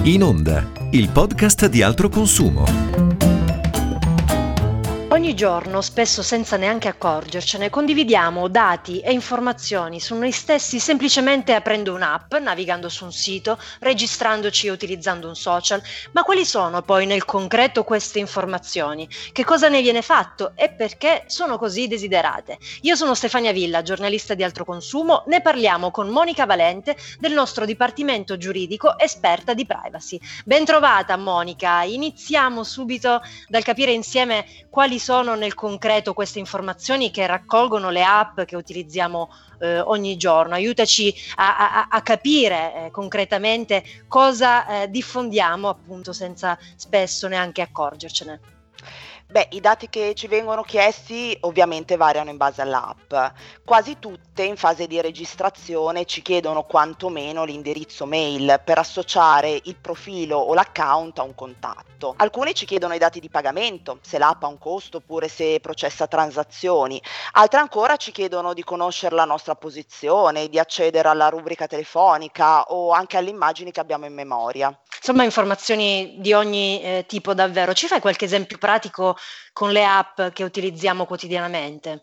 In Onda, il podcast di Altro Consumo. Ogni giorno, spesso senza neanche accorgercene, condividiamo dati e informazioni su noi stessi semplicemente aprendo un'app, navigando su un sito, registrandoci e utilizzando un social. Ma quali sono poi nel concreto queste informazioni? Che cosa ne viene fatto e perché sono così desiderate? Io sono Stefania Villa, giornalista di Altro Consumo, ne parliamo con Monica Valente del nostro dipartimento giuridico, esperta di privacy. Bentrovata Monica, iniziamo subito dal capire insieme quali sono nel concreto queste informazioni che raccolgono le app che utilizziamo ogni giorno. Aiutaci a capire concretamente cosa diffondiamo, appunto, senza spesso neanche accorgercene. I dati che ci vengono chiesti ovviamente variano in base all'app. Quasi tutte in fase di registrazione ci chiedono quantomeno l'indirizzo mail per associare il profilo o l'account a un contatto. Alcune ci chiedono i dati di pagamento, se l'app ha un costo oppure se processa transazioni. Altre ancora ci chiedono di conoscere la nostra posizione, di accedere alla rubrica telefonica o anche alle immagini che abbiamo in memoria. Insomma, informazioni di ogni tipo davvero. Ci fai qualche esempio pratico con le app che utilizziamo quotidianamente?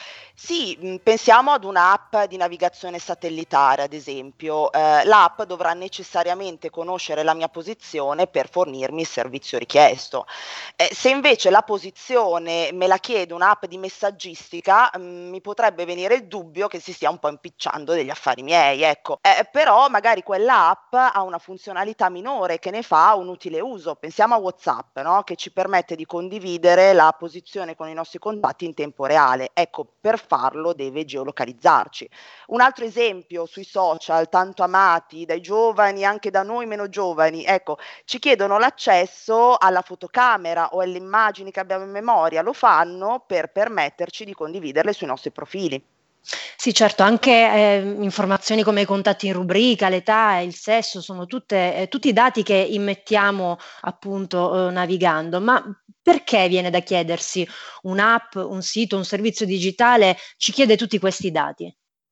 Sì, pensiamo ad un'app di navigazione satellitare, ad esempio. L'app dovrà necessariamente conoscere la mia posizione per fornirmi il servizio richiesto. Se invece la posizione me la chiede un'app di messaggistica, mi potrebbe venire il dubbio che si stia un po' impicciando degli affari miei, ecco. Però magari quella app ha una funzionalità minore che ne fa un utile uso. Pensiamo a WhatsApp, no? Che ci permette di condividere la posizione con i nostri contatti in tempo reale. Ecco, per farlo deve geolocalizzarci. Un altro esempio sui social, tanto amati dai giovani, anche da noi meno giovani, ecco, ci chiedono l'accesso alla fotocamera o alle immagini che abbiamo in memoria, lo fanno per permetterci di condividerle sui nostri profili. Sì, certo, anche informazioni come i contatti in rubrica, l'età e il sesso sono tutti dati che immettiamo appunto navigando, ma perché viene da chiedersi un'app, un sito, un servizio digitale ci chiede tutti questi dati?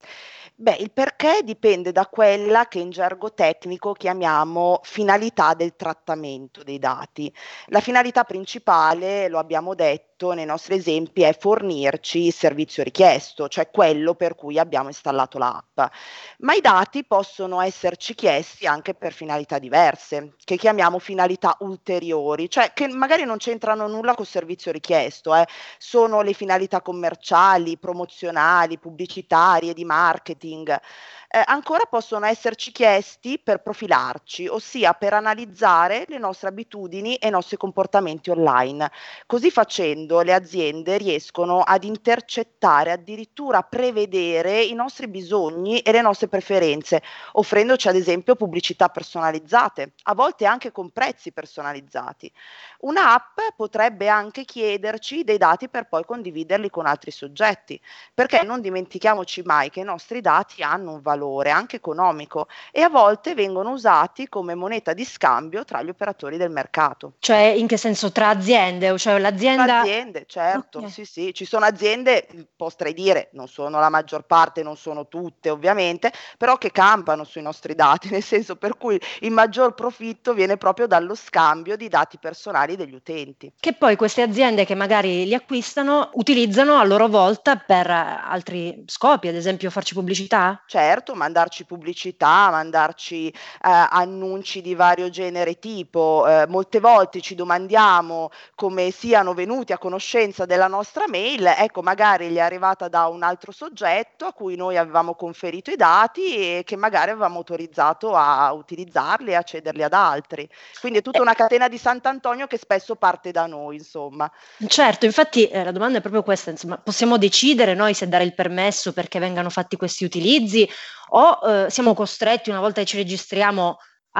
Il perché dipende da quella che in gergo tecnico chiamiamo finalità del trattamento dei dati. La finalità principale, lo abbiamo detto nei nostri esempi, è fornirci il servizio richiesto, cioè quello per cui abbiamo installato l'app. Ma i dati possono esserci chiesti anche per finalità diverse, che chiamiamo finalità ulteriori, cioè che magari non c'entrano nulla col servizio richiesto, sono le finalità commerciali, promozionali, pubblicitarie, di marketing. Ancora possono esserci chiesti per profilarci, ossia per analizzare le nostre abitudini e i nostri comportamenti online. Così facendo le aziende riescono ad intercettare, addirittura a prevedere i nostri bisogni e le nostre preferenze, offrendoci ad esempio pubblicità personalizzate, a volte anche con prezzi personalizzati. Un'app potrebbe anche chiederci dei dati per poi condividerli con altri soggetti, perché non dimentichiamoci mai che i nostri dati hanno un valore anche economico e a volte vengono usati come moneta di scambio tra gli operatori del mercato. Cioè, in che senso? Tra aziende? Cioè Tra l'azienda... aziende, certo, Ok. sì, ci sono aziende, potrei dire, non sono la maggior parte, non sono tutte ovviamente, però che campano sui nostri dati, nel senso per cui il maggior profitto viene proprio dallo scambio di dati personali degli utenti. Che poi queste aziende che magari li acquistano utilizzano a loro volta per altri scopi, ad esempio farci pubblicità? Certo, mandarci pubblicità, mandarci, annunci di vario genere e tipo. Molte volte ci domandiamo come siano venuti a conoscenza della nostra mail, ecco magari gli è arrivata da un altro soggetto a cui noi avevamo conferito i dati e che magari avevamo autorizzato a utilizzarli e a cederli ad altri. Quindi è tutta una catena di Sant'Antonio che spesso parte da noi, insomma. Certo, infatti la domanda è proprio questa, insomma, possiamo decidere noi se dare il permesso perché vengano fatti questi utilizzi o siamo costretti una volta che ci registriamo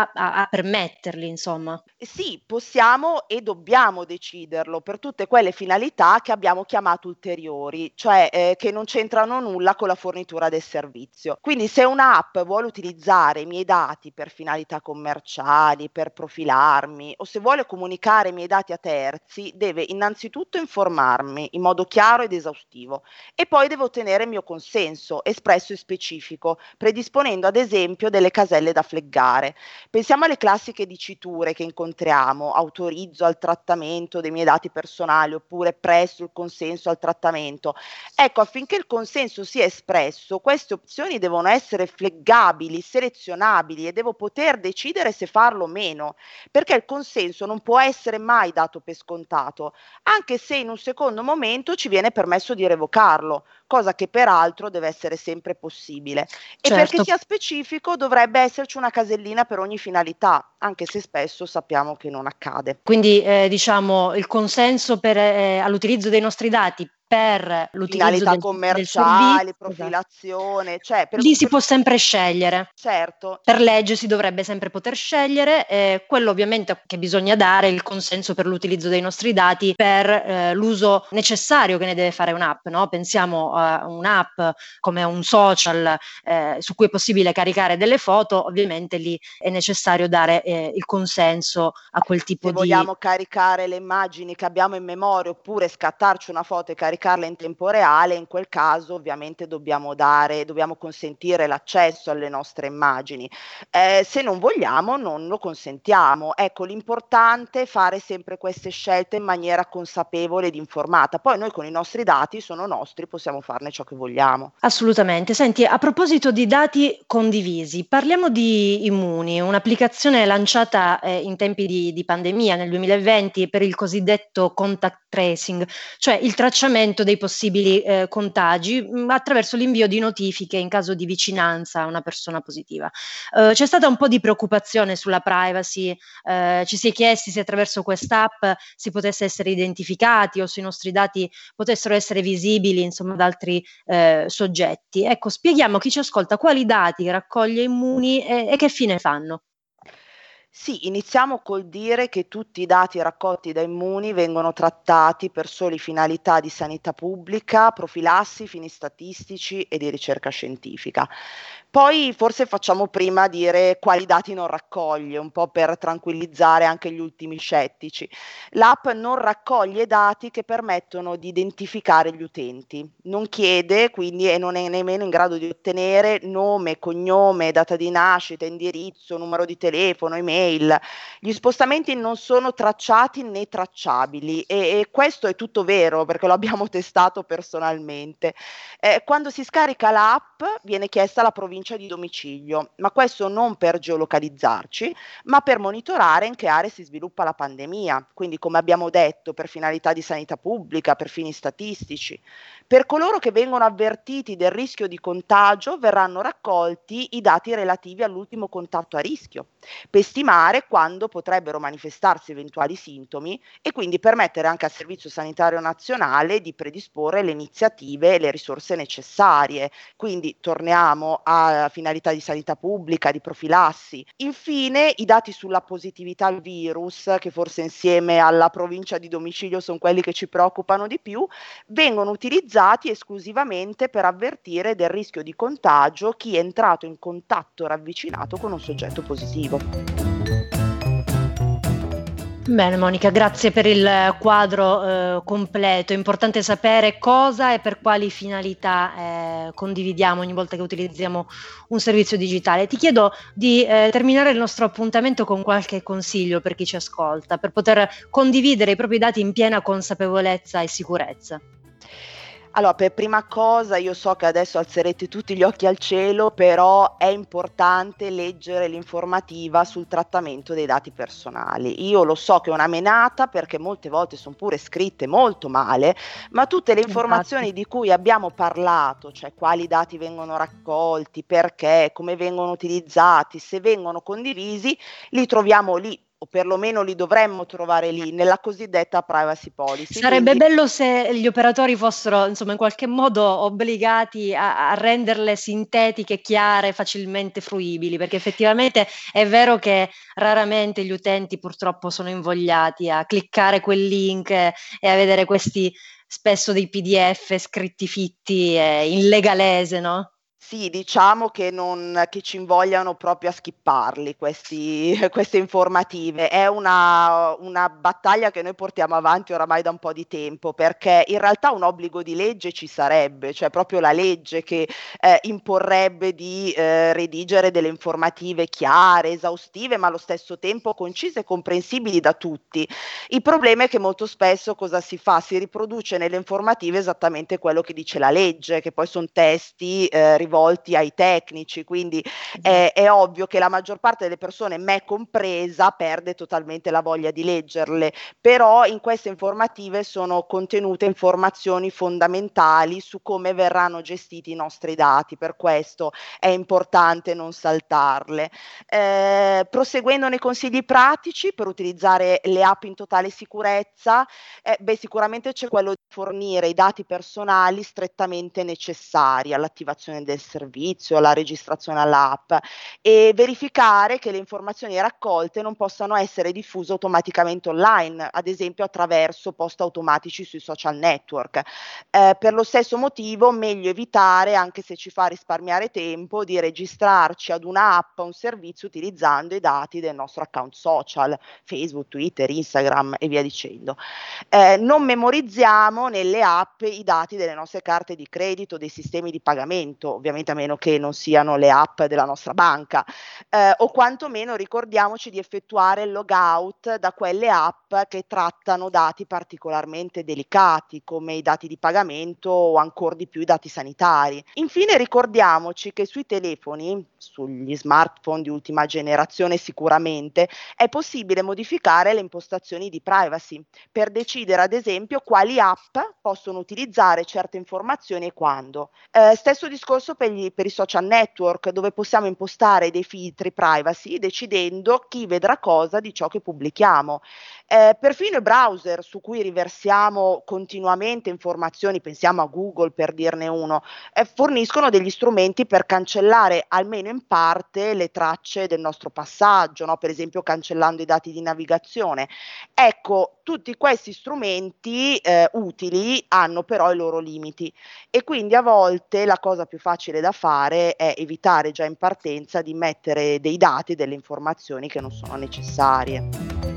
a permetterli, insomma. Sì, possiamo e dobbiamo deciderlo per tutte quelle finalità che abbiamo chiamato ulteriori, cioè, che non c'entrano nulla con la fornitura del servizio. Quindi se un'app vuole utilizzare i miei dati per finalità commerciali, per profilarmi o se vuole comunicare i miei dati a terzi, deve innanzitutto informarmi in modo chiaro ed esaustivo e poi deve ottenere il mio consenso espresso e specifico, predisponendo ad esempio delle caselle da fleggare. Pensiamo alle classiche diciture che incontriamo: autorizzo al trattamento dei miei dati personali oppure presto il consenso al trattamento. Ecco, affinché il consenso sia espresso, queste opzioni devono essere fleggabili, selezionabili e devo poter decidere se farlo o meno, perché il consenso non può essere mai dato per scontato, anche se in un secondo momento ci viene permesso di revocarlo, cosa che peraltro deve essere sempre possibile. E perché Certo. sia specifico dovrebbe esserci una casellina per ogni finalità, anche se spesso sappiamo che non accade. Quindi, diciamo il consenso all'utilizzo dei nostri dati per l'utilizzo Finalità del commerciali, servizio, profilazione, cioè lì si può sempre scegliere. certo, Per legge si dovrebbe sempre poter scegliere, quello ovviamente che bisogna dare è il consenso per l'utilizzo dei nostri dati per, l'uso necessario che ne deve fare un'app, no, pensiamo a un'app come a un social, su cui è possibile caricare delle foto, ovviamente lì è necessario dare, il consenso a quel tipo se di. vogliamo caricare le immagini che abbiamo in memoria oppure scattarci una foto e caricarla in tempo reale, in quel caso ovviamente dobbiamo consentire l'accesso alle nostre immagini. Se non vogliamo non lo consentiamo. Ecco, l'importante è fare sempre queste scelte in maniera consapevole ed informata. Poi noi con i nostri dati sono nostri, possiamo farne ciò che vogliamo. Assolutamente. Senti, a proposito di dati condivisi, parliamo di Immuni, un'applicazione lanciata, in tempi di pandemia nel 2020 per il cosiddetto contact tracing, cioè il tracciamento dei possibili, contagi, attraverso l'invio di notifiche in caso di vicinanza a una persona positiva. C'è stata un po' di preoccupazione sulla privacy, ci si è chiesti se attraverso quest'app si potesse essere identificati o se i nostri dati potessero essere visibili, insomma, ad altri soggetti. Ecco, spieghiamo a chi ci ascolta quali dati raccoglie Immuni e che fine fanno. Sì, iniziamo col dire che tutti i dati raccolti da Immuni vengono trattati per soli finalità di sanità pubblica, profilassi, fini statistici e di ricerca scientifica. Poi forse facciamo prima dire quali dati non raccoglie, un po' per tranquillizzare anche gli ultimi scettici. L'app non raccoglie dati che permettono di identificare gli utenti, non chiede quindi e non è nemmeno in grado di ottenere nome, cognome, data di nascita, indirizzo, numero di telefono, email. Gli spostamenti non sono tracciati né tracciabili e questo è tutto vero perché lo abbiamo testato personalmente. Quando si scarica l'app viene chiesta la provincia di domicilio, ma questo non per geolocalizzarci, ma per monitorare in che aree si sviluppa la pandemia, quindi come abbiamo detto per finalità di sanità pubblica, per fini statistici. Per coloro che vengono avvertiti del rischio di contagio verranno raccolti i dati relativi all'ultimo contatto a rischio, per stimare quando potrebbero manifestarsi eventuali sintomi e quindi permettere anche al Servizio Sanitario Nazionale di predisporre le iniziative e le risorse necessarie. Quindi torniamo a finalità di sanità pubblica, di profilassi. Infine, i dati sulla positività al virus, che forse insieme alla provincia di domicilio sono quelli che ci preoccupano di più, vengono utilizzati esclusivamente per avvertire del rischio di contagio chi è entrato in contatto ravvicinato con un soggetto positivo. Bene Monica, grazie per il quadro, completo. È importante sapere cosa e per quali finalità, condividiamo ogni volta che utilizziamo un servizio digitale. Ti chiedo di, terminare il nostro appuntamento con qualche consiglio per chi ci ascolta, per poter condividere i propri dati in piena consapevolezza e sicurezza. Allora, per prima cosa, io so che adesso alzerete tutti gli occhi al cielo, però è importante leggere l'informativa sul trattamento dei dati personali. Io lo so che è una menata perché molte volte sono pure scritte molto male, ma tutte le Infatti. informazioni di cui abbiamo parlato, cioè quali dati vengono raccolti, perché, come vengono utilizzati, se vengono condivisi, li troviamo lì. O perlomeno li dovremmo trovare lì, nella cosiddetta privacy policy. Sarebbe Quindi bello se gli operatori fossero, insomma, in qualche modo obbligati a renderle sintetiche, chiare, facilmente fruibili, perché effettivamente è vero che raramente gli utenti purtroppo sono invogliati a cliccare quel link e a vedere questi spesso dei PDF scritti fitti in legalese, no? Sì, diciamo che ci invogliano proprio a skipparli queste informative. È una battaglia che noi portiamo avanti oramai da un po' di tempo, perché in realtà un obbligo di legge ci sarebbe, cioè proprio la legge che imporrebbe di redigere delle informative chiare, esaustive, ma allo stesso tempo concise e comprensibili da tutti. Il problema è che molto spesso cosa si fa? Si riproduce nelle informative esattamente quello che dice la legge, che poi sono testi rivolti ai tecnici, quindi è ovvio che la maggior parte delle persone, me compresa, perde totalmente la voglia di leggerle, però in queste informative sono contenute informazioni fondamentali su come verranno gestiti i nostri dati, per questo è importante non saltarle. Proseguendo nei consigli pratici per utilizzare le app in totale sicurezza, sicuramente c'è quello di fornire i dati personali strettamente necessari all'attivazione del servizio, alla registrazione all'app, e verificare che le informazioni raccolte non possano essere diffuse automaticamente online, ad esempio attraverso post automatici sui social network. Per lo stesso motivo, meglio evitare, anche se ci fa risparmiare tempo, di registrarci ad un'app o un servizio utilizzando i dati del nostro account social, Facebook, Twitter, Instagram e via dicendo. Non memorizziamo nelle app i dati delle nostre carte di credito, dei sistemi di pagamento, ovviamente a meno che non siano le app della nostra banca, o quantomeno ricordiamoci di effettuare il logout da quelle app che trattano dati particolarmente delicati come i dati di pagamento o ancor di più i dati sanitari. Infine ricordiamoci che sui telefoni, sugli smartphone di ultima generazione sicuramente, è possibile modificare le impostazioni di privacy per decidere ad esempio quali app possono utilizzare certe informazioni e quando. Stesso discorso per i social network, dove possiamo impostare dei filtri privacy decidendo chi vedrà cosa di ciò che pubblichiamo. Perfino i browser su cui riversiamo continuamente informazioni, pensiamo a Google per dirne uno, forniscono degli strumenti per cancellare almeno in parte le tracce del nostro passaggio, no? Per esempio cancellando i dati di navigazione. Ecco, tutti questi strumenti utili hanno però i loro limiti e quindi a volte la cosa più facile da fare è evitare già in partenza di mettere dei dati, delle informazioni che non sono necessarie.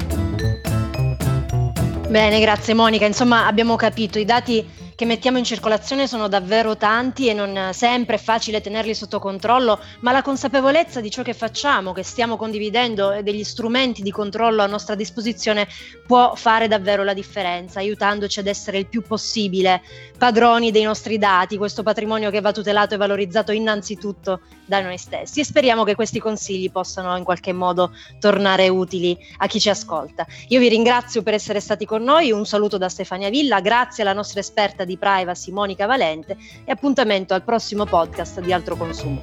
Bene, grazie Monica. Insomma, abbiamo capito, i dati che mettiamo in circolazione sono davvero tanti e non sempre è facile tenerli sotto controllo, ma la consapevolezza di ciò che facciamo, che stiamo condividendo e degli strumenti di controllo a nostra disposizione può fare davvero la differenza, aiutandoci ad essere il più possibile padroni dei nostri dati, questo patrimonio che va tutelato e valorizzato innanzitutto da noi stessi, e speriamo che questi consigli possano in qualche modo tornare utili a chi ci ascolta. Io vi ringrazio per essere stati con noi, un saluto da Stefania Villa, grazie alla nostra esperta di privacy Monica Valente e appuntamento al prossimo podcast di Altro Consumo.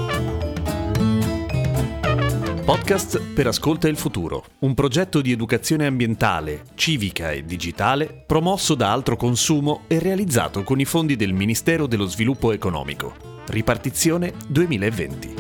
Podcast per Ascolta il Futuro, un progetto di educazione ambientale, civica e digitale promosso da Altro Consumo e realizzato con i fondi del Ministero dello Sviluppo Economico. Ripartizione 2020.